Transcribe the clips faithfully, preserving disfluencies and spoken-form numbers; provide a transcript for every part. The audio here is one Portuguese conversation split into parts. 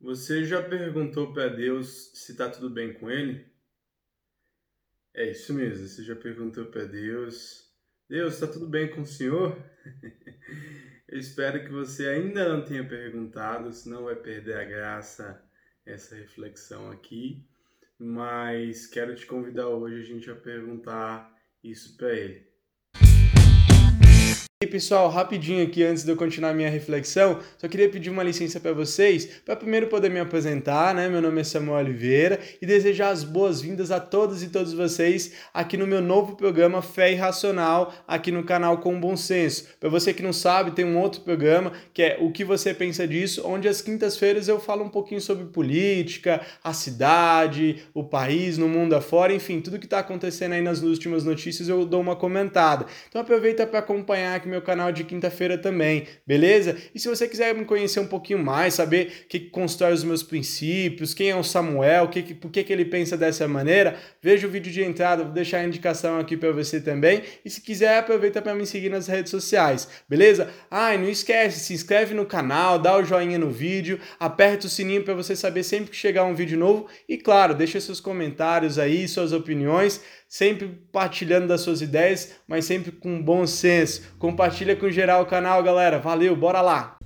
Você já perguntou para Deus se está tudo bem com ele? É isso mesmo, você já perguntou para Deus: Deus, está tudo bem com o senhor? Eu espero que você ainda não tenha perguntado, senão vai perder a graça essa reflexão aqui. Mas quero te convidar hoje a gente a perguntar isso para ele. E pessoal, rapidinho aqui antes de eu continuar minha reflexão, só queria pedir uma licença para vocês, para primeiro poder me apresentar, né? Meu nome é Samuel Oliveira e desejar as boas-vindas a todas e todos vocês aqui no meu novo programa Fé Irracional, aqui no canal Com Bom Senso. Para você que não sabe, tem um outro programa que é O que você pensa disso, onde às quintas-feiras eu falo um pouquinho sobre política, a cidade, o país, no mundo afora, enfim, tudo que está acontecendo aí nas últimas notícias eu dou uma comentada. Então aproveita para acompanhar aqui meu canal de quinta-feira também, beleza? E se você quiser me conhecer um pouquinho mais, saber o que, que constrói os meus princípios, quem é o Samuel, que, que, por que, que ele pensa dessa maneira, veja o vídeo de entrada, vou deixar a indicação aqui para você também. E se quiser, aproveita para me seguir nas redes sociais, beleza? Ah, e não esquece, se inscreve no canal, dá o joinha no vídeo, aperta o sininho para você saber sempre que chegar um vídeo novo. E claro, deixa seus comentários aí, suas opiniões, sempre partilhando das suas ideias, mas sempre com bom senso. Compartilha com geral o canal, galera. Valeu, bora lá!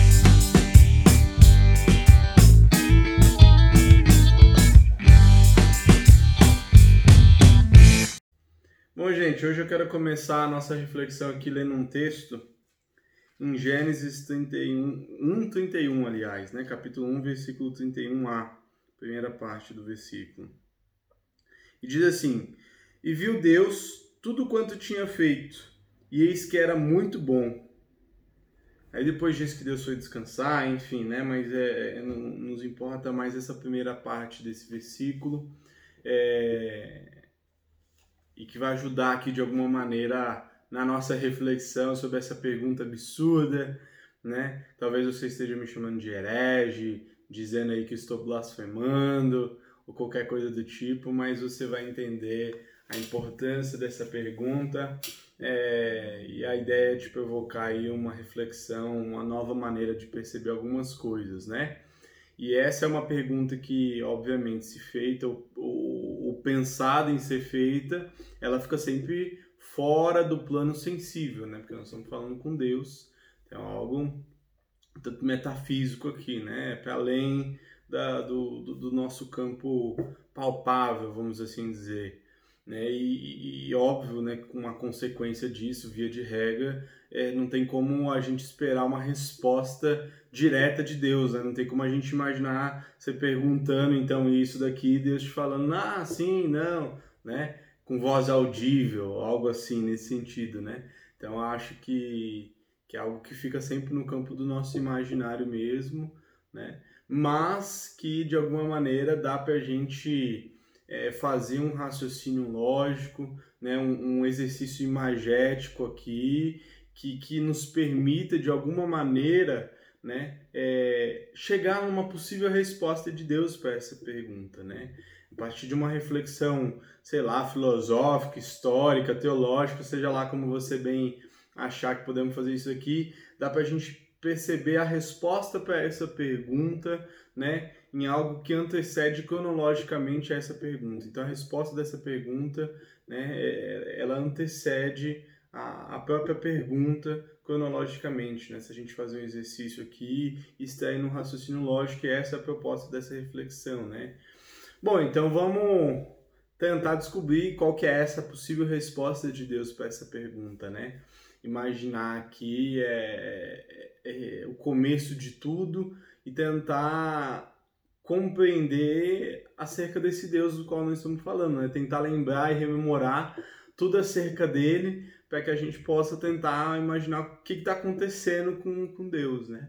Bom, gente, hoje eu quero começar a nossa reflexão aqui lendo um texto em Gênesis trinta e um, um, trinta e um, aliás, né? Capítulo um, versículo trinta e um a, primeira parte do versículo. E diz assim: E viu Deus tudo quanto tinha feito, e eis que era muito bom. Aí depois diz que Deus foi descansar, enfim, né? Mas é, é, não nos importa mais essa primeira parte desse versículo, é, e que vai ajudar aqui de alguma maneira na nossa reflexão sobre essa pergunta absurda, né? Talvez você esteja me chamando de herege, dizendo aí que estou blasfemando, ou qualquer coisa do tipo, mas você vai entender a importância dessa pergunta, é, e a ideia é de provocar aí uma reflexão, uma nova maneira de perceber algumas coisas, né? E essa é uma pergunta que, obviamente, se feita ou, ou, ou pensada em ser feita, ela fica sempre fora do plano sensível, né? Porque nós estamos falando com Deus, então é algo tanto metafísico aqui, né? Para além da, do, do, do nosso campo palpável, vamos assim dizer. Né? E, e óbvio, né, com uma consequência disso, via de regra, é, não tem como a gente esperar uma resposta direta de Deus, né? Não tem como a gente imaginar você perguntando então isso daqui, Deus te falando, ah, sim, não, né? Com voz audível, algo assim nesse sentido, né? Então eu acho que, que é algo que fica sempre no campo do nosso imaginário mesmo, né? Mas que de alguma maneira dá pra gente é, fazer um raciocínio lógico, né, um, um exercício imagético aqui, que, que nos permita, de alguma maneira, né, é, chegar a uma possível resposta de Deus para essa pergunta, né? A partir de uma reflexão, sei lá, filosófica, histórica, teológica, seja lá como você bem achar que podemos fazer isso aqui, dá para a gente perceber a resposta para essa pergunta, né, em algo que antecede cronologicamente a essa pergunta. Então, a resposta dessa pergunta, né, ela antecede a, a própria pergunta cronologicamente, né? Se a gente fazer um exercício aqui, extrair no raciocínio lógico, e essa é a proposta dessa reflexão, né? Bom, então vamos tentar descobrir qual que é essa possível resposta de Deus para essa pergunta, né? Imaginar aqui é, é, é o começo de tudo e tentar compreender acerca desse Deus do qual nós estamos falando, né? Tentar lembrar e rememorar tudo acerca dele para que a gente possa tentar imaginar o que está acontecendo com, com Deus, né?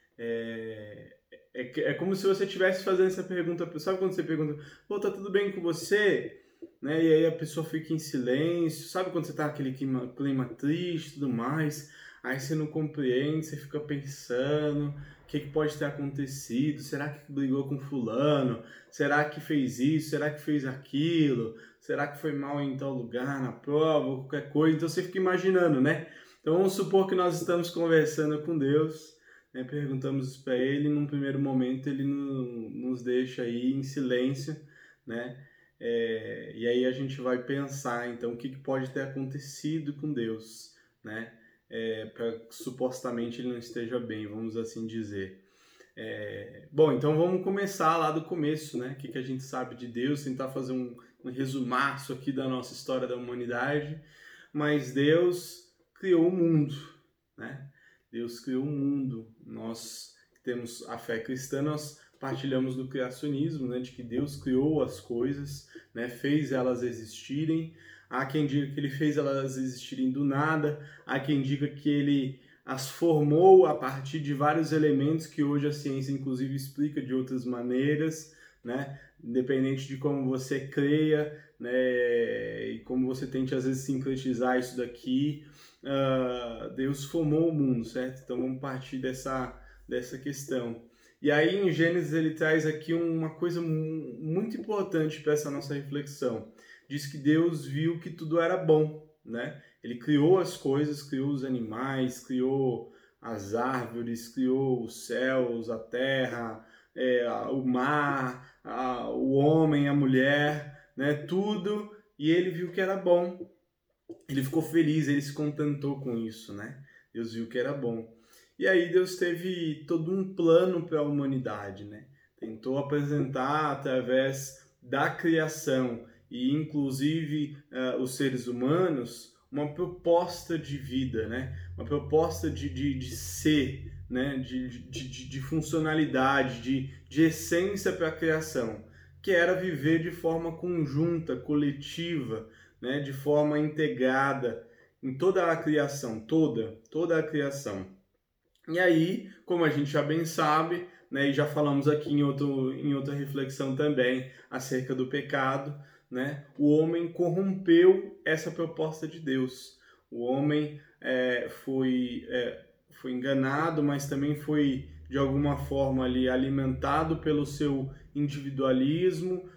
É, é, é como se você estivesse fazendo essa pergunta, sabe quando você pergunta, pô, tá tudo bem com você? Né? E aí a pessoa fica em silêncio, sabe quando você tá naquele clima, clima triste e tudo mais, aí você não compreende, você fica pensando, o que, que pode ter acontecido? Será que brigou com fulano? Será que fez isso? Será que fez aquilo? Será que foi mal em tal lugar, na prova, ou qualquer coisa? Então você fica imaginando, né? Então vamos supor que nós estamos conversando com Deus, né? Perguntamos isso para ele, num primeiro momento ele no, nos deixa aí em silêncio, né? É, e aí a gente vai pensar, então, o que, que pode ter acontecido com Deus, né? É, para que supostamente ele não esteja bem, vamos assim dizer. É, bom, então vamos começar lá do começo, né? O que, que a gente sabe de Deus, tentar fazer um, um resumaço aqui da nossa história da humanidade. Mas Deus criou o mundo, né? Deus criou o mundo. Nós temos a fé cristã, nós partilhamos do criacionismo, né? De que Deus criou as coisas, né? Fez elas existirem. Há quem diga que ele fez elas existirem do nada, há quem diga que ele as formou a partir de vários elementos que hoje a ciência inclusive explica de outras maneiras, né? Independente de como você creia, né? E como você tente às vezes sincretizar isso daqui, uh, Deus formou o mundo, certo? Então vamos partir dessa, dessa questão. E aí em Gênesis ele traz aqui uma coisa muito importante para essa nossa reflexão. Diz que Deus viu que tudo era bom, né? Ele criou as coisas, criou os animais, criou as árvores, criou os céus, a terra, é, o mar, a, o homem, a mulher, né? Tudo. E ele viu que era bom. Ele ficou feliz, ele se contentou com isso, né? Deus viu que era bom. E aí Deus teve todo um plano para a humanidade, né? Tentou apresentar através da criação e inclusive uh, os seres humanos uma proposta de vida, né? Uma proposta de, de, de ser, né? de, de, de, de funcionalidade, de, de essência para a criação, que era viver de forma conjunta, coletiva, né? De forma integrada em toda a criação, toda, toda a criação. E aí, como a gente já bem sabe, né, e já falamos aqui em, outro, em outra reflexão também acerca do pecado, né, o homem corrompeu essa proposta de Deus. O homem é, foi, é, foi enganado, mas também foi de alguma forma ali alimentado pelo seu individualismo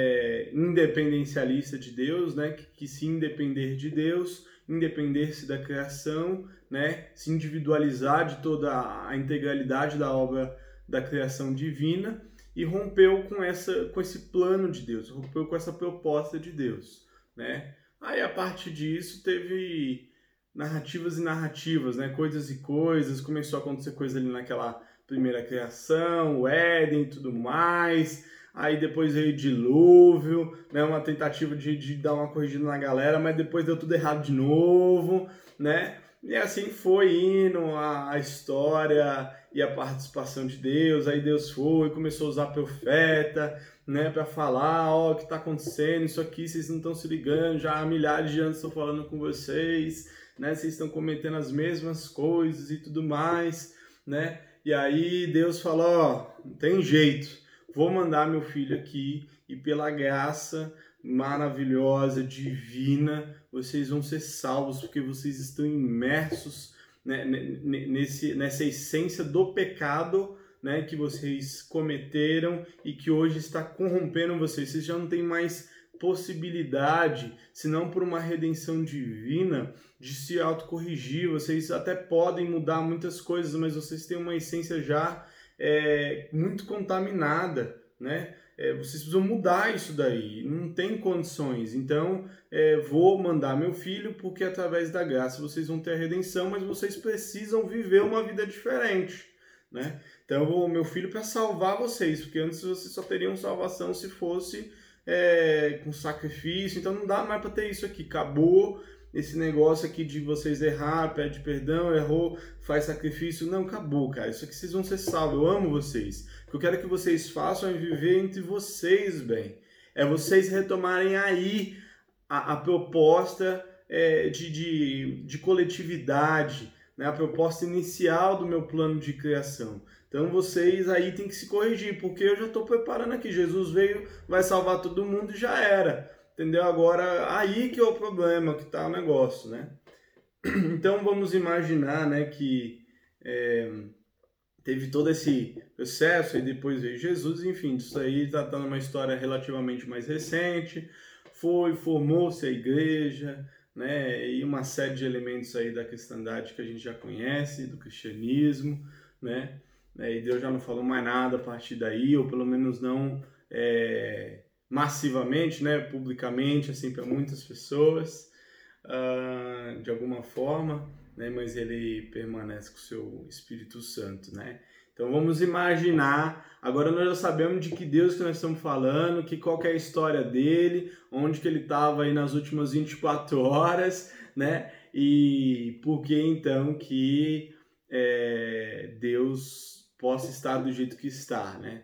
é, independencialista de Deus, né, que, que se independer de Deus, independer-se da criação, né, se individualizar de toda a integralidade da obra da criação divina e rompeu com, essa, com esse plano de Deus, rompeu com essa proposta de Deus, né? Aí a partir disso teve narrativas e narrativas, né, coisas e coisas, começou a acontecer coisa ali naquela primeira criação, o Éden e tudo mais. Aí depois veio o dilúvio, né, uma tentativa de, de dar uma corrigida na galera, mas depois deu tudo errado de novo, né? E assim foi indo a, a história e a participação de Deus. Aí Deus foi, começou a usar profeta, né, para falar, ó, oh, o que está acontecendo, isso aqui, vocês não estão se ligando, já há milhares de anos estou falando com vocês, né, vocês estão cometendo as mesmas coisas e tudo mais, né? E aí Deus falou, ó, oh, não tem jeito, vou mandar meu filho aqui e pela graça maravilhosa, divina, vocês vão ser salvos porque vocês estão imersos, né, nesse, nessa essência do pecado, né, que vocês cometeram e que hoje está corrompendo vocês. Vocês já não têm mais possibilidade, senão por uma redenção divina, de se autocorrigir. Vocês até podem mudar muitas coisas, mas vocês têm uma essência já é, muito contaminada, né? É, vocês precisam mudar isso daí, não tem condições. Então, é, vou mandar meu filho porque através da graça vocês vão ter a redenção, mas vocês precisam viver uma vida diferente, né? Então, eu vou meu filho para salvar vocês, porque antes vocês só teriam salvação se fosse é, com sacrifício. Então, não dá mais para ter isso aqui. Acabou esse negócio aqui de vocês errar, pede perdão, errou, faz sacrifício. Não, acabou, cara. Isso aqui vocês vão ser salvos. Eu amo vocês. O que eu quero que vocês façam é viver entre vocês bem. É vocês retomarem aí a, a proposta é, de, de, de coletividade, né? A proposta inicial do meu plano de criação. Então vocês aí têm que se corrigir, porque eu já estou preparando aqui. Jesus veio, vai salvar todo mundo e já era. Entendeu? Agora, aí que é o problema, que está o negócio, né? Então, vamos imaginar, né, que é, teve todo esse processo e depois veio Jesus, enfim, isso aí está dando uma história relativamente mais recente. Foi, formou-se a igreja, né, e uma série de elementos aí da cristandade que a gente já conhece, do cristianismo, né? E Deus já não falou mais nada a partir daí, ou pelo menos não é, massivamente, né? Publicamente, assim, para muitas pessoas, uh, de alguma forma, né? Mas ele permanece com o seu Espírito Santo, né? Então vamos imaginar, agora nós já sabemos de que Deus que nós estamos falando, que qual que é a história dele, onde que ele estava aí nas últimas vinte e quatro horas, né? E por que então que é, Deus possa estar do jeito que está, né?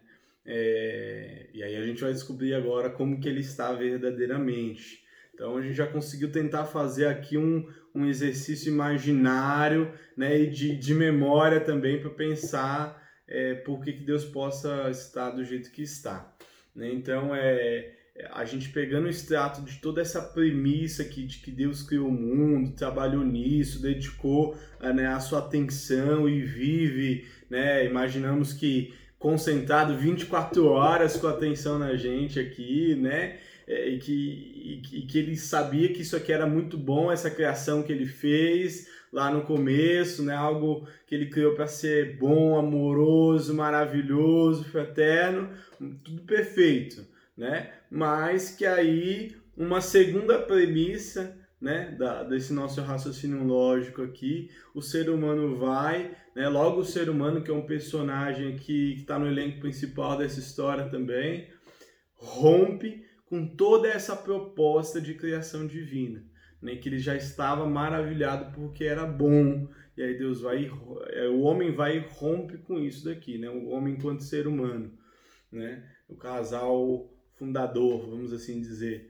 É, e aí a gente vai descobrir agora como que ele está verdadeiramente. Então a gente já conseguiu tentar fazer aqui um, um exercício imaginário, né, e de, de memória também para pensar é, por que, que Deus possa estar do jeito que está. Né? Então é a gente pegando o extrato de toda essa premissa aqui de que Deus criou o mundo, trabalhou nisso, dedicou né, a sua atenção e vive, né, imaginamos que concentrado vinte e quatro horas com a atenção na gente aqui, né, e que, e, e que ele sabia que isso aqui era muito bom, essa criação que ele fez lá no começo, né, algo que ele criou para ser bom, amoroso, maravilhoso, fraterno, tudo perfeito. Né? Mas que aí uma segunda premissa, né, da, desse nosso raciocínio lógico aqui, o ser humano vai, né, logo o ser humano que é um personagem que está no elenco principal dessa história também, rompe com toda essa proposta de criação divina, né, que ele já estava maravilhado porque era bom, e aí Deus vai, o homem vai e rompe com isso daqui, né, o homem enquanto ser humano, né, o casal fundador, vamos assim dizer.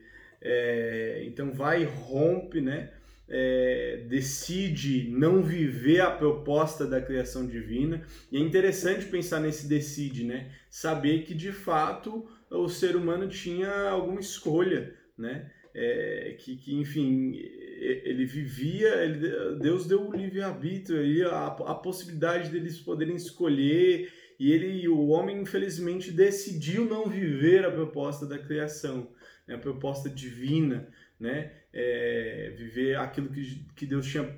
É, então vai e rompe, né? É, decide não viver a proposta da criação divina. E é interessante pensar nesse decide, né? Saber que de fato o ser humano tinha alguma escolha, né? É, que, que, enfim, ele vivia, ele, Deus deu o livre-arbítrio, a, a possibilidade deles poderem escolher. E ele, o homem, infelizmente, decidiu não viver a proposta da criação, né? A proposta divina, né? É, viver aquilo que, que Deus tinha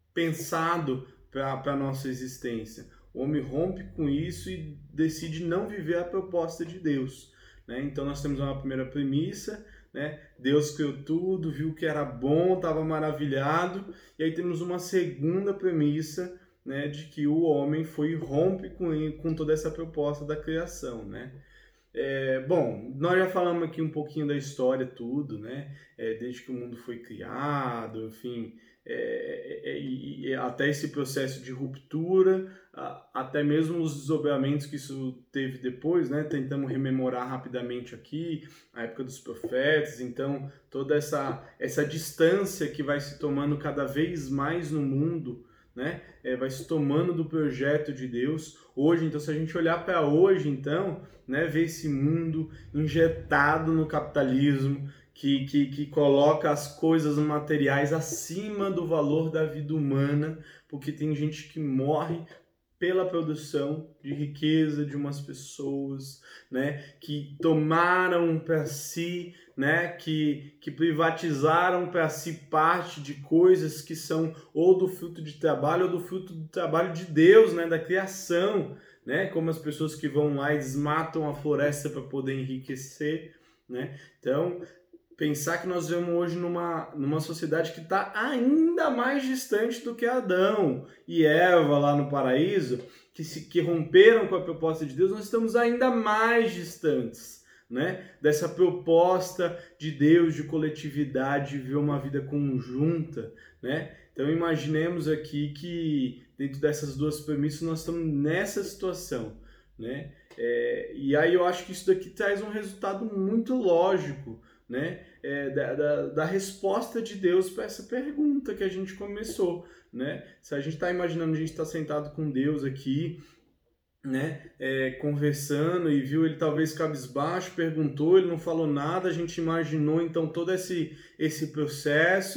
pensado para a nossa existência. O homem rompe com isso e decide não viver a proposta de Deus, né? Então nós temos uma primeira premissa, né? Deus criou tudo, viu que era bom, estava maravilhado, e aí temos uma segunda premissa, né, de que o homem foi e rompe com, com toda essa proposta da criação, né? É, bom, nós já falamos aqui um pouquinho da história, tudo, né? É, desde que o mundo foi criado, enfim, é, é, é, é, até esse processo de ruptura, a, até mesmo os desdobramentos que isso teve depois, né? Tentamos rememorar rapidamente aqui, a época dos profetas, então toda essa, essa distância que vai se tomando cada vez mais no mundo, né? É, vai se tomando do projeto de Deus. Hoje, então, se a gente olhar para hoje, então, né, ver esse mundo injetado no capitalismo, que, que, que coloca as coisas materiais acima do valor da vida humana, porque tem gente que morre pela produção de riqueza de umas pessoas, né, que tomaram para si, né, que, que privatizaram para si parte de coisas que são ou do fruto de trabalho ou do fruto do trabalho de Deus, né, da criação, né, como as pessoas que vão lá e desmatam a floresta para poder enriquecer, né, então pensar que nós vivemos hoje numa, numa sociedade que está ainda mais distante do que Adão e Eva lá no paraíso, que, se, que romperam com a proposta de Deus, nós estamos ainda mais distantes, né, dessa proposta de Deus, de coletividade, de viver uma vida conjunta, né? Então imaginemos aqui que dentro dessas duas premissas nós estamos nessa situação, né? É, e aí eu acho que isso daqui traz um resultado muito lógico, né, é, da, da, da resposta de Deus para essa pergunta que a gente começou, né? Se a gente está imaginando, a gente está sentado com Deus aqui, né, é, conversando e viu ele talvez cabisbaixo, perguntou, ele não falou nada, a gente imaginou então todo esse, esse processo,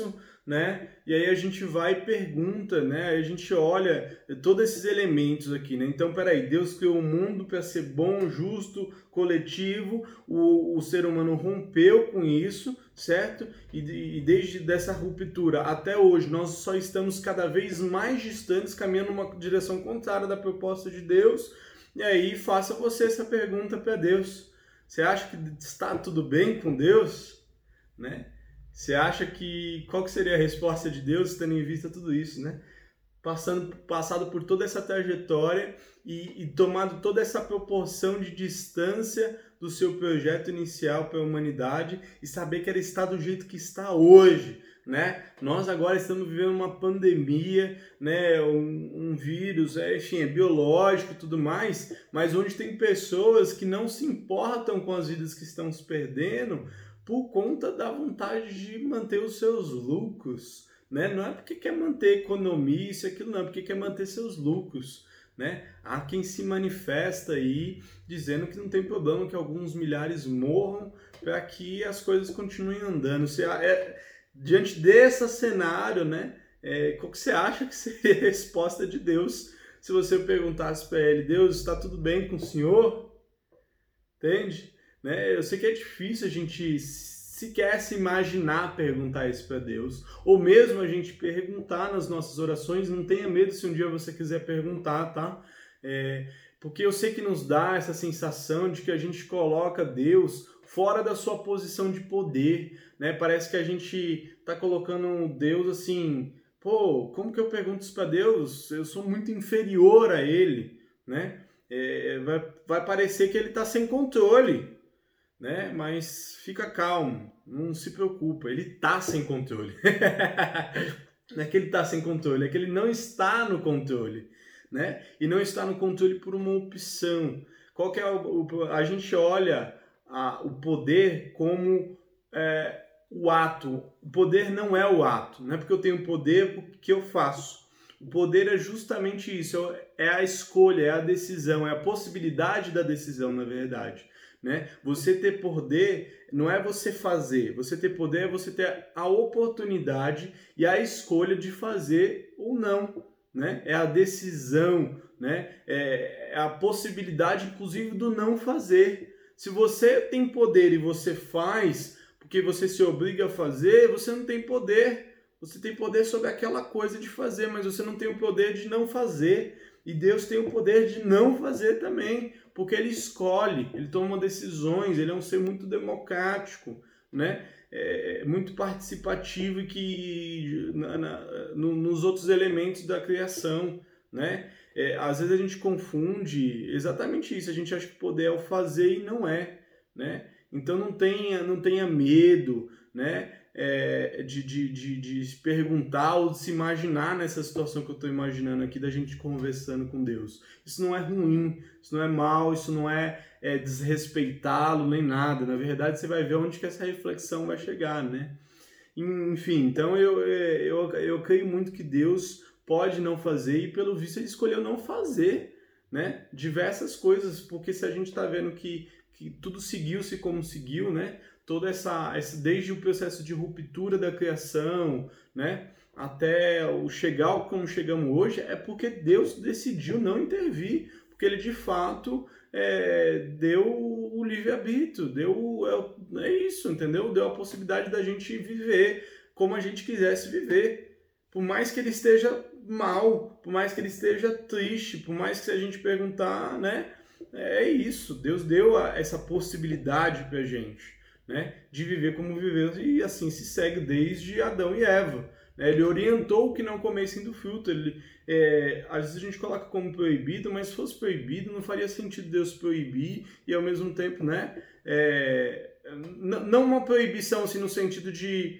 né? E aí a gente vai e pergunta, né? Aí a gente olha todos esses elementos aqui, né? Então, peraí, Deus criou o mundo para ser bom, justo, coletivo, o, o ser humano rompeu com isso, certo? E, e desde dessa ruptura até hoje, nós só estamos cada vez mais distantes, caminhando numa direção contrária da proposta de Deus. E aí, faça você essa pergunta para Deus. Você acha que está tudo bem com Deus? Né? Você acha que... Qual que seria a resposta de Deus tendo em vista tudo isso, né? Passando, passado por toda essa trajetória e, e tomado toda essa proporção de distância do seu projeto inicial para a humanidade e saber que ela está do jeito que está hoje, né? Nós agora estamos vivendo uma pandemia, né? um, um vírus, é, enfim, é biológico e tudo mais, mas onde tem pessoas que não se importam com as vidas que estão se perdendo por conta da vontade de manter os seus lucros, né? Não é porque quer manter economia, isso e aquilo, não, é porque quer manter seus lucros, né? Há quem se manifesta aí dizendo que não tem problema que alguns milhares morram para que as coisas continuem andando. Você, é, diante desse cenário, né? É, qual que você acha que seria a resposta de Deus se você perguntasse para ele: Deus, está tudo bem com o senhor? Entende? Né? Eu sei que é difícil a gente sequer se imaginar perguntar isso para Deus, ou mesmo a gente perguntar nas nossas orações. Não tenha medo se um dia você quiser perguntar, tá? É, porque eu sei que nos dá essa sensação de que a gente coloca Deus fora da sua posição de poder, né? Parece que a gente tá colocando Deus assim, pô, como que eu pergunto isso para Deus? Eu sou muito inferior a Ele, né? É, vai, vai parecer que Ele tá sem controle, né? Mas fica calmo, não se preocupa, ele tá sem controle. Não é que ele tá sem controle, é que ele não está no controle, né? E não está no controle por uma opção. Qual que é o, o a gente olha a, o poder como é, o ato. O poder não é o ato, não é porque eu tenho poder que eu faço. O poder é justamente isso, é a escolha, é a decisão, é a possibilidade da decisão, na verdade. Né? Você ter poder não é você fazer, você ter poder é você ter a oportunidade e a escolha de fazer ou não, né? É a decisão, né? É a possibilidade, inclusive, do não fazer. Se você tem poder e você faz porque você se obriga a fazer, você não tem poder. Você tem poder sobre aquela coisa de fazer, mas você não tem o poder de não fazer. E Deus tem o poder de não fazer também, porque Ele escolhe, Ele toma decisões, Ele é um ser muito democrático, né? É, muito participativo e que na, na, no, nos outros elementos da criação, né? É, às vezes a gente confunde exatamente isso, a gente acha que poder é o fazer e não é, né? Então não tenha, não tenha medo, né? É, de, de, de, de se perguntar ou de se imaginar nessa situação que eu estou imaginando aqui, da gente conversando com Deus. Isso não é ruim, isso não é mal, isso não é, é desrespeitá-lo nem nada. Na verdade, você vai ver onde que essa reflexão vai chegar, né? Enfim, então eu, eu, eu creio muito que Deus pode não fazer e, pelo visto, Ele escolheu não fazer, né? Diversas coisas, porque se a gente está vendo que, que tudo seguiu-se como seguiu, né? Toda essa, essa, desde o processo de ruptura da criação, né, até o chegar como chegamos hoje, é porque Deus decidiu não intervir, porque Ele de fato é, deu o livre-arbítrio, deu, é, é isso, entendeu? Deu a possibilidade da gente viver como a gente quisesse viver. Por mais que Ele esteja mal, por mais que Ele esteja triste, por mais que se a gente perguntar, né, é isso, Deus deu a, essa possibilidade pra gente, né, de viver como viveu, e assim se segue desde Adão e Eva. Né? Ele orientou que não comessem do fruto. Ele, é, às vezes a gente coloca como proibido, mas se fosse proibido, não faria sentido Deus proibir e ao mesmo tempo, né, é, não uma proibição assim, no sentido de...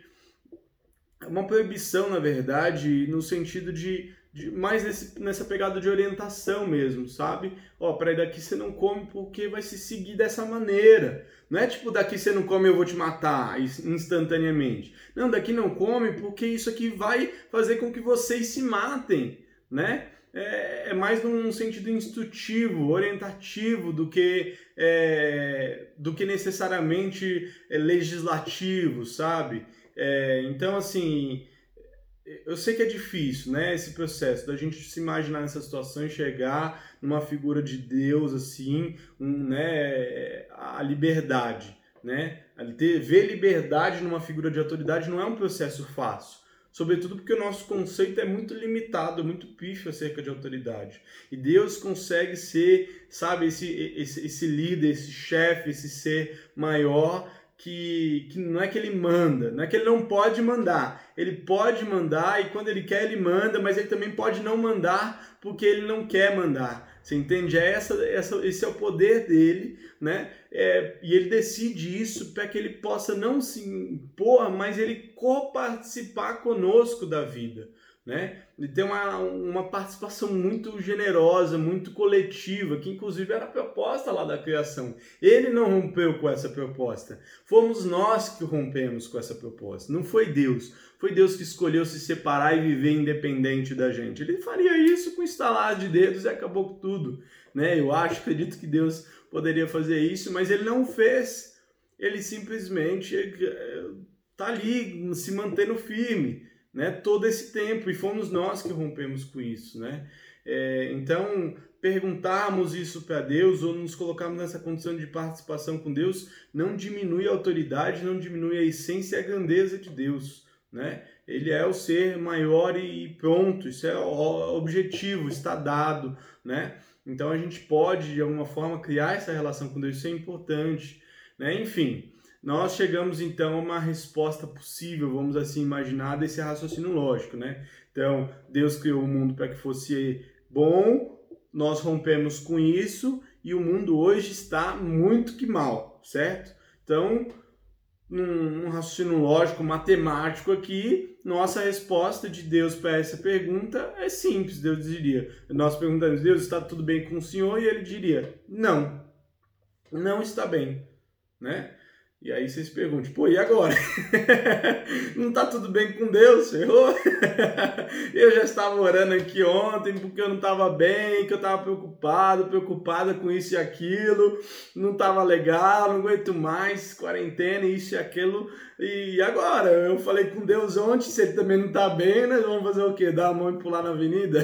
Uma proibição, na verdade, no sentido de, de mais nesse, nessa pegada de orientação mesmo, sabe? Ó, para daqui você não come porque vai se seguir dessa maneira. Não é tipo, daqui você não come eu vou te matar instantaneamente. Não, daqui não come porque isso aqui vai fazer com que vocês se matem, né? É, é mais num sentido instrutivo, orientativo, do que, é, do que necessariamente legislativo, sabe? É, então, assim, eu sei que é difícil, né, esse processo da gente se imaginar nessa situação e chegar numa figura de Deus assim, um, né, a liberdade, né? Ter, ver liberdade numa figura de autoridade não é um processo fácil. Sobretudo porque o nosso conceito é muito limitado, muito pífio acerca de autoridade. E Deus consegue ser, sabe, esse, esse, esse líder, esse chefe, esse ser maior que, que não é que ele manda, não é que ele não pode mandar. Ele pode mandar e quando ele quer ele manda, mas ele também pode não mandar porque ele não quer mandar. Você entende? É essa, essa, esse é o poder dele, né? É, e ele decide isso para que ele possa não se impor, mas ele coparticipar conosco da vida, né? Ele tem uma, uma participação muito generosa, muito coletiva, que inclusive era a proposta lá da criação. Ele não rompeu com essa proposta. Fomos nós que rompemos com essa proposta. Não foi Deus. Foi Deus que escolheu se separar e viver independente da gente. Ele faria isso com estalar de dedos e acabou com tudo, né? Eu acho, acredito que Deus poderia fazer isso, mas ele não fez. Ele simplesmente está ali, se mantendo firme, né? Todo esse tempo. E fomos nós que rompemos com isso, né? É, então, perguntarmos isso para Deus ou nos colocarmos nessa condição de participação com Deus não diminui a autoridade, não diminui a essência e a grandeza de Deus, né? Ele é o ser maior e pronto, isso é o objetivo, está dado, né? Então a gente pode, de alguma forma, criar essa relação com Deus, isso é importante, né? Enfim, nós chegamos então a uma resposta possível, vamos assim imaginar, desse raciocínio lógico, né? Então, Deus criou o mundo para que fosse bom, nós rompemos com isso e o mundo hoje está muito que mal, certo? Então, num raciocínio lógico, matemático aqui, nossa resposta de Deus para essa pergunta é simples. Deus diria, nós perguntamos, Deus, está tudo bem com o Senhor? E ele diria, não, não está bem, né? E aí vocês perguntam, pô, e agora? Não tá tudo bem com Deus, ferrou? Eu já estava orando aqui ontem porque eu não estava bem, que eu estava preocupado, preocupada com isso e aquilo, não estava legal, não aguento mais, quarentena, isso e aquilo. E agora? Eu falei com Deus ontem, se ele também não tá bem, nós vamos fazer o quê? Dar a mão e pular na avenida?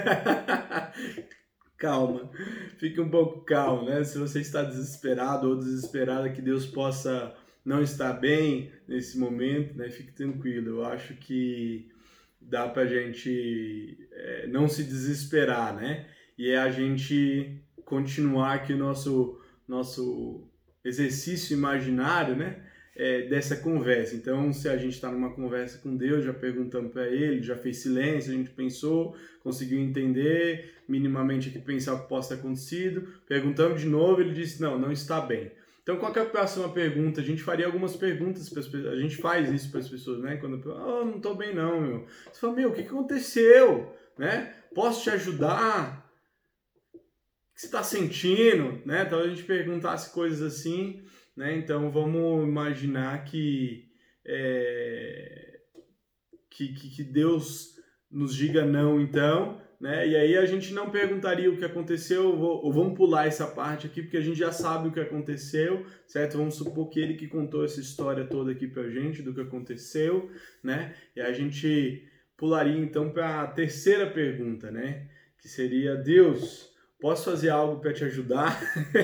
Calma, fique um pouco calmo, né? Se você está desesperado ou desesperada, que Deus possa não estar bem nesse momento, né? Fique tranquilo. Eu acho que dá pra gente é, não se desesperar, né? E é a gente continuar aqui o nosso, nosso exercício imaginário, né? É, dessa conversa. Então, se a gente está numa conversa com Deus, já perguntamos para Ele, já fez silêncio, a gente pensou, conseguiu entender minimamente o que pensar que possa ter acontecido, perguntamos de novo, ele disse, não, não está bem. Então, qual que é a próxima pergunta? A gente faria algumas perguntas para as pessoas, a gente faz isso para as pessoas, né? Quando eu oh, não estou bem não, meu. Você fala, meu, o que aconteceu? Né? Posso te ajudar? O que você está sentindo? Né? Então, a gente perguntasse coisas assim, né? Então, vamos imaginar que, é, que, que, que Deus nos diga não, então, né? E aí a gente não perguntaria o que aconteceu, ou vamos pular essa parte aqui, porque a gente já sabe o que aconteceu, certo? Vamos supor que ele que contou essa história toda aqui pra gente, do que aconteceu, né? E a gente pularia, então, para a terceira pergunta, né? Que seria, Deus, posso fazer algo para te ajudar?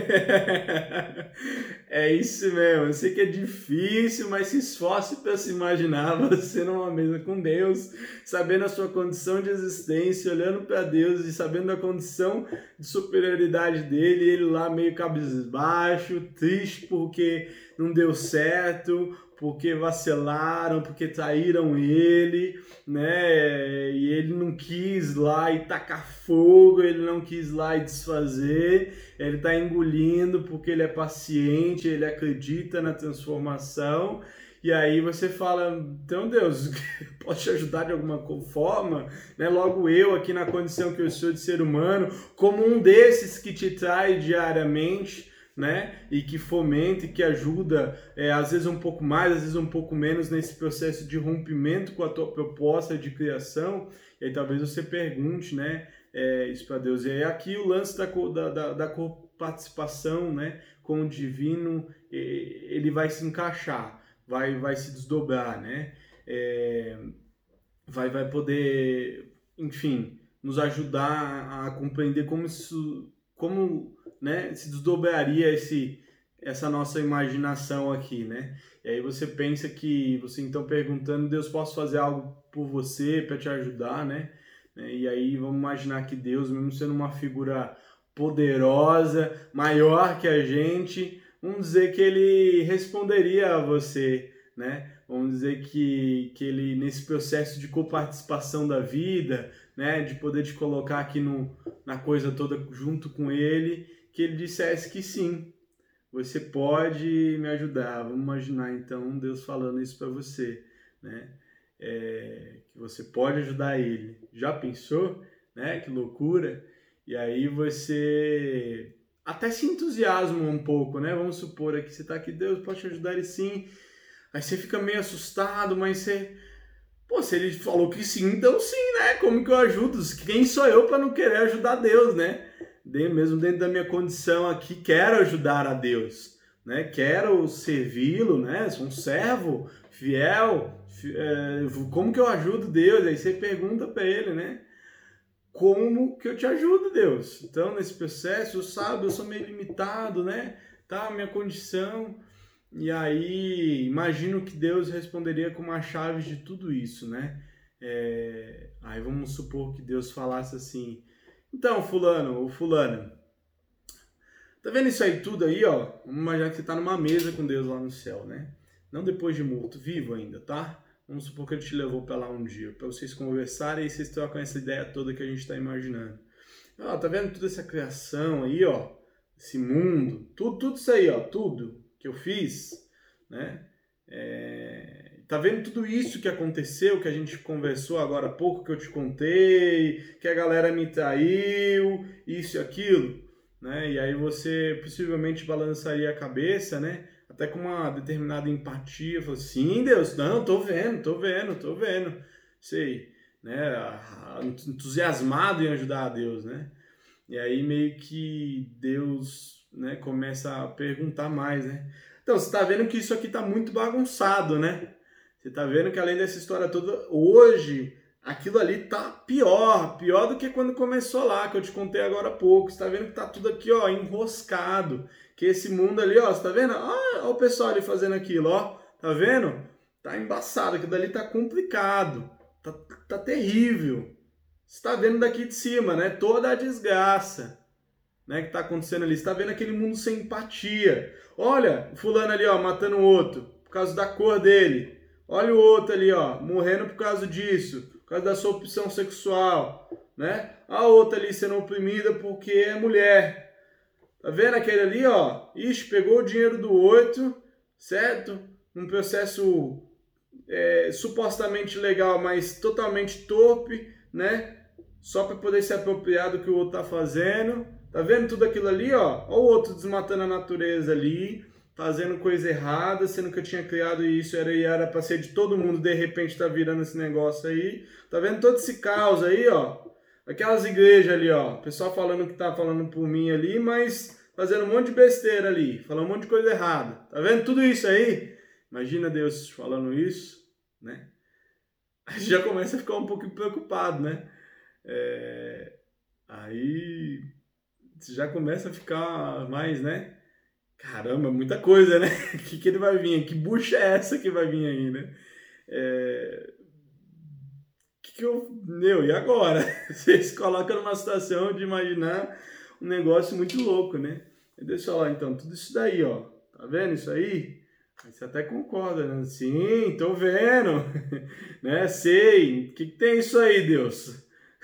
É isso mesmo, eu sei que é difícil, mas se esforce para se imaginar você numa mesa com Deus, sabendo a sua condição de existência, olhando para Deus e sabendo a condição de superioridade dele, ele lá meio cabisbaixo, triste porque não deu certo, porque vacilaram, porque traíram ele, né? E ele não quis lá e tacar fogo, ele não quis lá e desfazer, ele está engolindo porque ele é paciente, ele acredita na transformação. E aí você fala, então Deus, posso te ajudar de alguma forma? Né? Logo eu aqui na condição que eu sou de ser humano, como um desses que te trai diariamente, né? E que fomenta e que ajuda, é, às vezes um pouco mais, às vezes um pouco menos nesse processo de rompimento com a tua proposta de criação. E aí talvez você pergunte, né? É, isso para Deus. E aí aqui o lance da, da, da participação, né? Com o divino, ele vai se encaixar, vai, vai se desdobrar, né? É, vai, vai poder, enfim, nos ajudar a compreender como isso, como, né, se desdobraria esse, essa nossa imaginação aqui, né? E aí você pensa que, você então perguntando, Deus, posso fazer algo por você, para te ajudar, né? E aí vamos imaginar que Deus, mesmo sendo uma figura poderosa, maior que a gente, vamos dizer que ele responderia a você, né? Vamos dizer que, que ele, nesse processo de coparticipação da vida, né, de poder te colocar aqui no, na coisa toda junto com ele, que ele dissesse que sim, você pode me ajudar. Vamos imaginar então Deus falando isso para você, né? É, que você pode ajudar ele. Já pensou? Né? Que loucura! E aí você até se entusiasma um pouco, né? Vamos supor aqui, você está aqui, Deus pode te ajudar ele sim. Aí você fica meio assustado, mas você... Pô, se ele falou que sim, então sim, né? Como que eu ajudo? Quem sou eu para não querer ajudar Deus, né? Mesmo dentro da minha condição aqui, quero ajudar a Deus, né? Quero servi-lo, né? Sou um servo fiel. É, como que eu ajudo Deus? Aí você pergunta para ele, né? Como que eu te ajudo, Deus? Então, nesse processo, eu sabe, eu sou meio limitado, né? Tá, a minha condição... E aí, imagino que Deus responderia com uma chave de tudo isso, né? É... Aí vamos supor que Deus falasse assim, então, fulano, ou fulana, tá vendo isso aí tudo aí, ó? Vamos imaginar que você tá numa mesa com Deus lá no céu, né? Não depois de morto, vivo ainda, tá? Vamos supor que ele te levou para lá um dia, para vocês conversarem e vocês trocam essa ideia toda que a gente tá imaginando. Ó, tá vendo toda essa criação aí, ó? Esse mundo, tudo, tudo isso aí, ó, tudo que eu fiz, né? É... Tá vendo tudo isso que aconteceu, que a gente conversou agora há pouco, que eu te contei, que a galera me traiu, isso e aquilo, né? E aí você possivelmente balançaria a cabeça, né? Até com uma determinada empatia, falou, sim, Deus, não, tô vendo, tô vendo, tô vendo, sei, né? Entusiasmado em ajudar a Deus, né? E aí meio que Deus, né, começa a perguntar mais, né? Então, você está vendo que isso aqui está muito bagunçado, né? Você está vendo que além dessa história toda, hoje, aquilo ali tá pior, pior do que quando começou lá, que eu te contei agora há pouco. Você está vendo que tá tudo aqui, ó, enroscado. Que esse mundo ali, ó, você tá vendo? Olha o pessoal ali fazendo aquilo, ó. Tá vendo? Tá embaçado, aquilo dali tá complicado. Tá, tá terrível. Você está vendo daqui de cima, né? Toda a desgraça, né, que está acontecendo ali. Você está vendo aquele mundo sem empatia. Olha, o fulano ali, ó, matando o outro por causa da cor dele. Olha o outro ali, ó, morrendo por causa disso, por causa da sua opção sexual, né? A outra ali sendo oprimida porque é mulher. Tá vendo aquele ali, ó? Ixi, pegou o dinheiro do outro, certo? Um processo é, supostamente legal, mas totalmente torpe, né? Só para poder se apropriar do que o outro tá fazendo. Tá vendo tudo aquilo ali, ó? Ó o outro desmatando a natureza ali, fazendo coisa errada, sendo que eu tinha criado isso, era era para ser de todo mundo, de repente tá virando esse negócio aí. Tá vendo todo esse caos aí, ó? Aquelas igrejas ali, ó. O pessoal falando que tá falando por mim ali, mas fazendo um monte de besteira ali, falando um monte de coisa errada. Tá vendo tudo isso aí? Imagina Deus falando isso, né? Aí já começa a ficar um pouco preocupado, né? É... Aí você já começa a ficar mais, né? Caramba, muita coisa, né? O que, que ele vai vir? Que bucha é essa que vai vir aí, né? É... Que que eu... Meu, e agora? Vocês colocam numa situação de imaginar um negócio muito louco, né? Deixa eu falar, então, tudo isso daí, ó. Tá vendo isso aí? Aí você até concorda, né? Sim, tô vendo. Né? Sei. O que, que tem isso aí, Deus?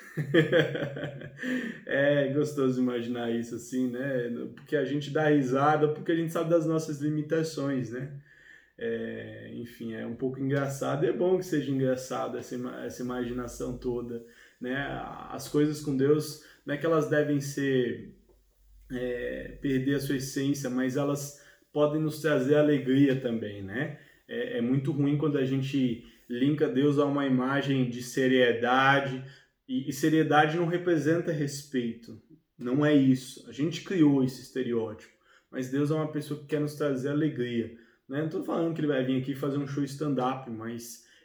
É gostoso imaginar isso assim, né? Porque a gente dá risada, porque a gente sabe das nossas limitações, né? É, enfim, é um pouco engraçado e é bom que seja engraçado essa, essa imaginação toda, né? As coisas com Deus, não é que elas devem ser, é, perder a sua essência, mas elas podem nos trazer alegria também, né? É, é muito ruim quando a gente linka Deus a uma imagem de seriedade, e, e seriedade não representa respeito, não é isso. A gente criou esse estereótipo, mas Deus é uma pessoa que quer nos trazer alegria, né? Não estou falando que ele vai vir aqui fazer um show stand-up, mas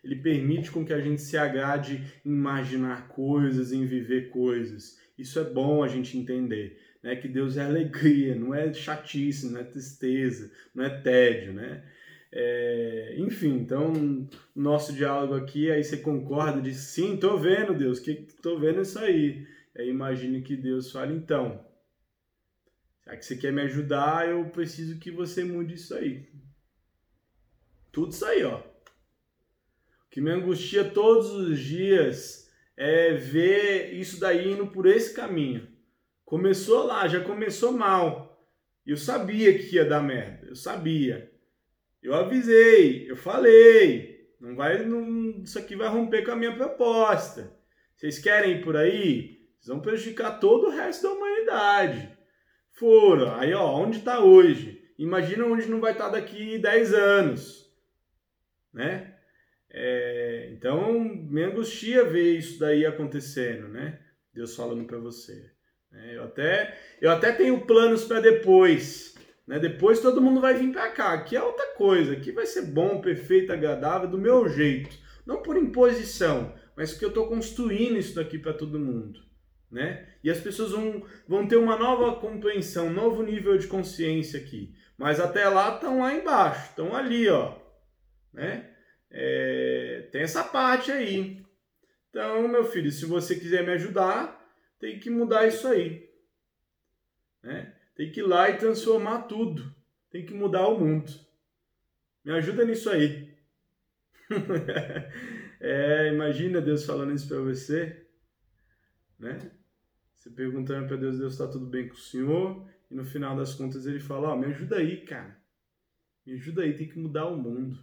Ele permite com que a gente se agrade em imaginar coisas, em viver coisas. Isso é bom a gente entender, né? Que Deus é alegria, não é chatice, não é tristeza, não é tédio, né? É, enfim, então, nosso diálogo aqui, aí você concorda, diz, sim, tô vendo, Deus, que tô vendo isso aí. Aí imagine que Deus fala, então, já que você quer me ajudar, eu preciso que você mude isso aí. Tudo isso aí, ó. O que me angustia todos os dias é ver isso daí indo por esse caminho. Começou lá, já começou mal. Eu sabia que ia dar merda, eu sabia. Eu avisei, eu falei, não vai, não, isso aqui vai romper com a minha proposta. Vocês querem ir por aí? Vocês vão prejudicar todo o resto da humanidade. Foram, aí ó, onde está hoje? Imagina onde não vai estar daqui dez anos, né? É, então, me angustia ver isso daí acontecendo, né? Deus falando para você. É, eu, até, eu até tenho planos para depois. Né? Depois todo mundo vai vir para cá. Aqui é outra coisa. Aqui vai ser bom, perfeito, agradável, do meu jeito. Não por imposição, mas porque eu estou construindo isso daqui para todo mundo. Né? E as pessoas vão, vão ter uma nova compreensão, um novo nível de consciência aqui. Mas até lá estão lá embaixo, estão ali, ó. Né? É, tem essa parte aí. Então, meu filho, se você quiser me ajudar, tem que mudar isso aí. Né? Tem que ir lá e transformar tudo. Tem que mudar o mundo. Me ajuda nisso aí. É, imagina Deus falando isso para você, né? Você perguntando para Deus, Deus está tudo bem com o senhor? E no final das contas ele fala, ó, oh, me ajuda aí, cara. Me ajuda aí, tem que mudar o mundo.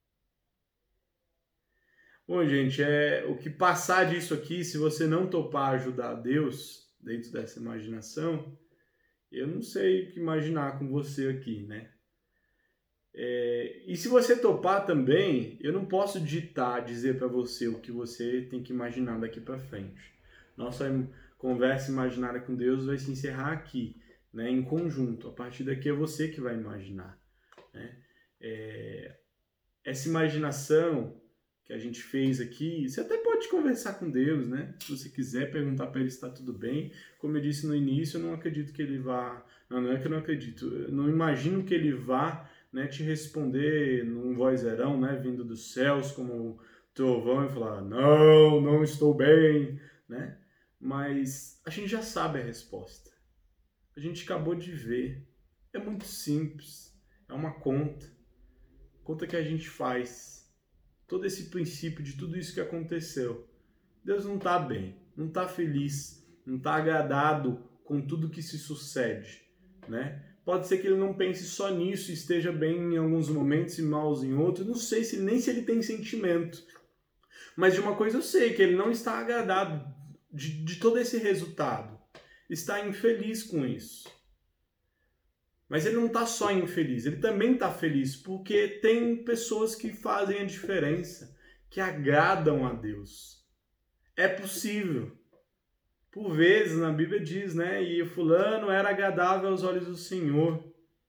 Bom, gente, é o que passar disso aqui, se você não topar ajudar Deus dentro dessa imaginação, eu não sei o que imaginar com você aqui, né? É, e se você topar também, eu não posso ditar, dizer para você o que você tem que imaginar daqui para frente. Nossa conversa imaginária com Deus vai se encerrar aqui, né, em conjunto. A partir daqui é você que vai imaginar. Né? É, essa imaginação que a gente fez aqui, você até pode conversar com Deus, né? Se você quiser perguntar para ele se está tudo bem. Como eu disse no início, eu não acredito que ele vá... Não, não é que eu não acredito. Eu não imagino que ele vá, né, te responder num vozeirão, né, vindo dos céus como trovão e falar, não, não estou bem, né? Mas a gente já sabe a resposta. A gente acabou de ver. É muito simples. É uma conta. Conta que a gente faz. Todo esse princípio de tudo isso que aconteceu. Deus não está bem, não está feliz, não está agradado com tudo que se sucede, né? Pode ser que ele não pense só nisso e esteja bem em alguns momentos e maus em outros. Não sei se nem se ele tem sentimento. Mas de uma coisa eu sei, que ele não está agradado de, de todo esse resultado. Está infeliz com isso. Mas ele não está só infeliz, ele também está feliz, porque tem pessoas que fazem a diferença, que agradam a Deus. É possível. Por vezes, na Bíblia diz, né? E fulano era agradável aos olhos do Senhor.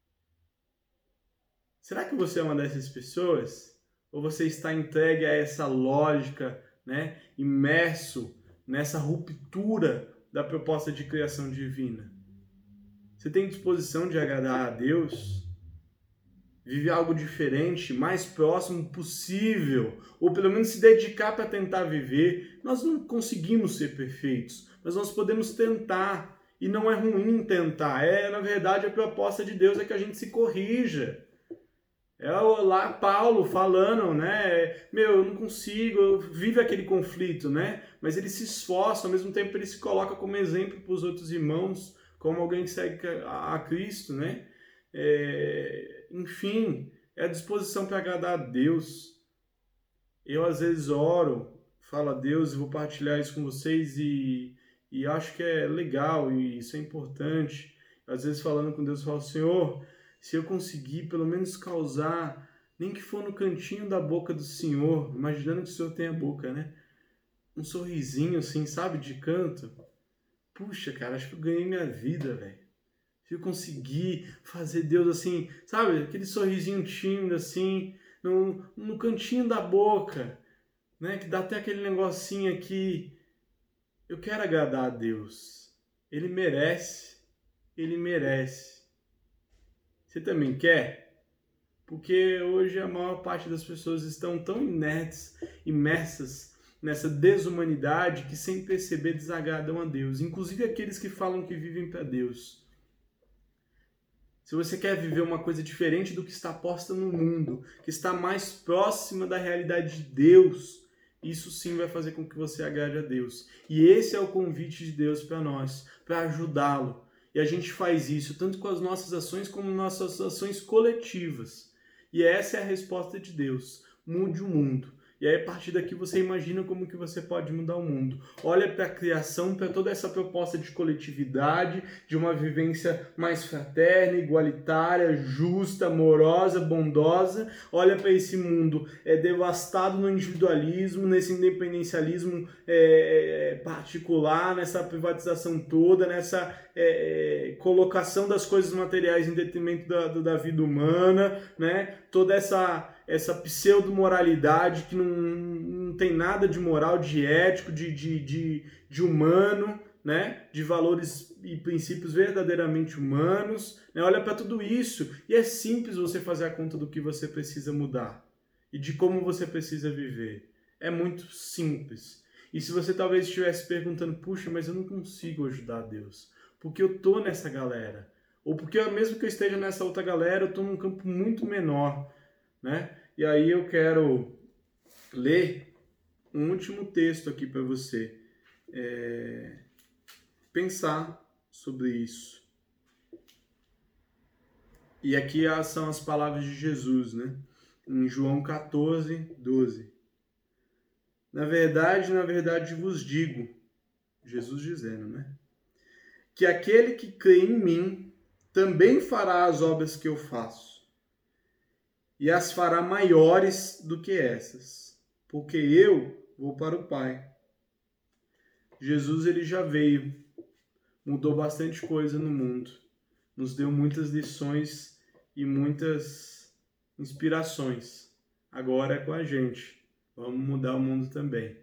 Será que você é uma dessas pessoas? Ou você está entregue a essa lógica, né? Imerso nessa ruptura da proposta de criação divina? Você tem disposição de agradar a Deus? Viver algo diferente, mais próximo possível, ou pelo menos se dedicar para tentar viver. Nós não conseguimos ser perfeitos, mas nós podemos tentar. E não é ruim tentar. É, na verdade, a proposta de Deus é que a gente se corrija. É lá Paulo falando, né? Meu, eu não consigo, vive aquele conflito, né? Mas ele se esforça, ao mesmo tempo ele se coloca como exemplo para os outros irmãos, como alguém que segue a Cristo, né? É, enfim, é a disposição para agradar a Deus. Eu às vezes oro, falo a Deus e vou partilhar isso com vocês e, e acho que é legal e isso é importante. Às vezes falando com Deus, eu falo, Senhor, se eu conseguir pelo menos causar, nem que for no cantinho da boca do Senhor, imaginando que o Senhor tem a boca, né? Um sorrisinho assim, sabe, de canto. Puxa, cara, acho que eu ganhei minha vida, velho. Se eu conseguir fazer Deus assim, sabe, aquele sorrisinho tímido assim, no, no cantinho da boca, né? Que dá até aquele negocinho aqui. Eu quero agradar a Deus. Ele merece. Ele merece. Você também quer? Porque hoje a maior parte das pessoas estão tão inertes, imersas nessa desumanidade que sem perceber desagradam a Deus. Inclusive aqueles que falam que vivem para Deus. Se você quer viver uma coisa diferente do que está posta no mundo, que está mais próxima da realidade de Deus, isso sim vai fazer com que você agrade a Deus. E esse é o convite de Deus para nós, para ajudá-lo. E a gente faz isso tanto com as nossas ações como nossas ações coletivas. E essa é a resposta de Deus. Mude o mundo. E aí, a partir daqui, você imagina como que você pode mudar o mundo. Olha para a criação, para toda essa proposta de coletividade, de uma vivência mais fraterna, igualitária, justa, amorosa, bondosa. Olha para esse mundo é, devastado no individualismo, nesse independencialismo é, particular, nessa privatização toda, nessa é, colocação das coisas materiais em detrimento da, da vida humana, né? Toda essa... essa pseudo-moralidade que não, não tem nada de moral, de ético, de, de, de, de humano, né? De valores e princípios verdadeiramente humanos. Né? Olha para tudo isso e é simples você fazer a conta do que você precisa mudar e de como você precisa viver. É muito simples. E se você talvez estivesse perguntando, puxa, mas eu não consigo ajudar a Deus, porque eu tô nessa galera, ou porque mesmo que eu esteja nessa outra galera, eu tô num campo muito menor, né? E aí eu quero ler um último texto aqui para você é, pensar sobre isso. E aqui são as palavras de Jesus, né? Em João quatorze, doze. Na verdade, na verdade vos digo, Jesus dizendo, né? Que aquele que crê em mim também fará as obras que eu faço. E as fará maiores do que essas, porque eu vou para o Pai. Jesus ele já veio, mudou bastante coisa no mundo, nos deu muitas lições e muitas inspirações. Agora é com a gente. Vamos mudar o mundo também.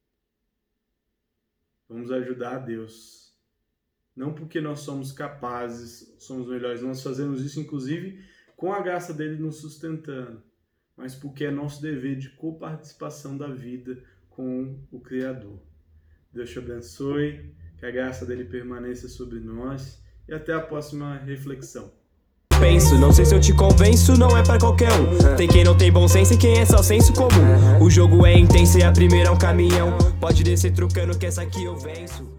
Vamos ajudar a Deus. Não porque nós somos capazes, somos melhores, nós fazemos isso inclusive com a graça dele nos sustentando, mas porque é nosso dever de coparticipação da vida com o Criador. Deus te abençoe, que a graça dele permaneça sobre nós e até a próxima reflexão. Penso, não sei se eu te convenço, não é pra qualquer um. Tem quem não tem bom senso e quem é só senso comum. O jogo é intenso e a primeira é um caminhão. Pode descer trucando que essa aqui eu venço.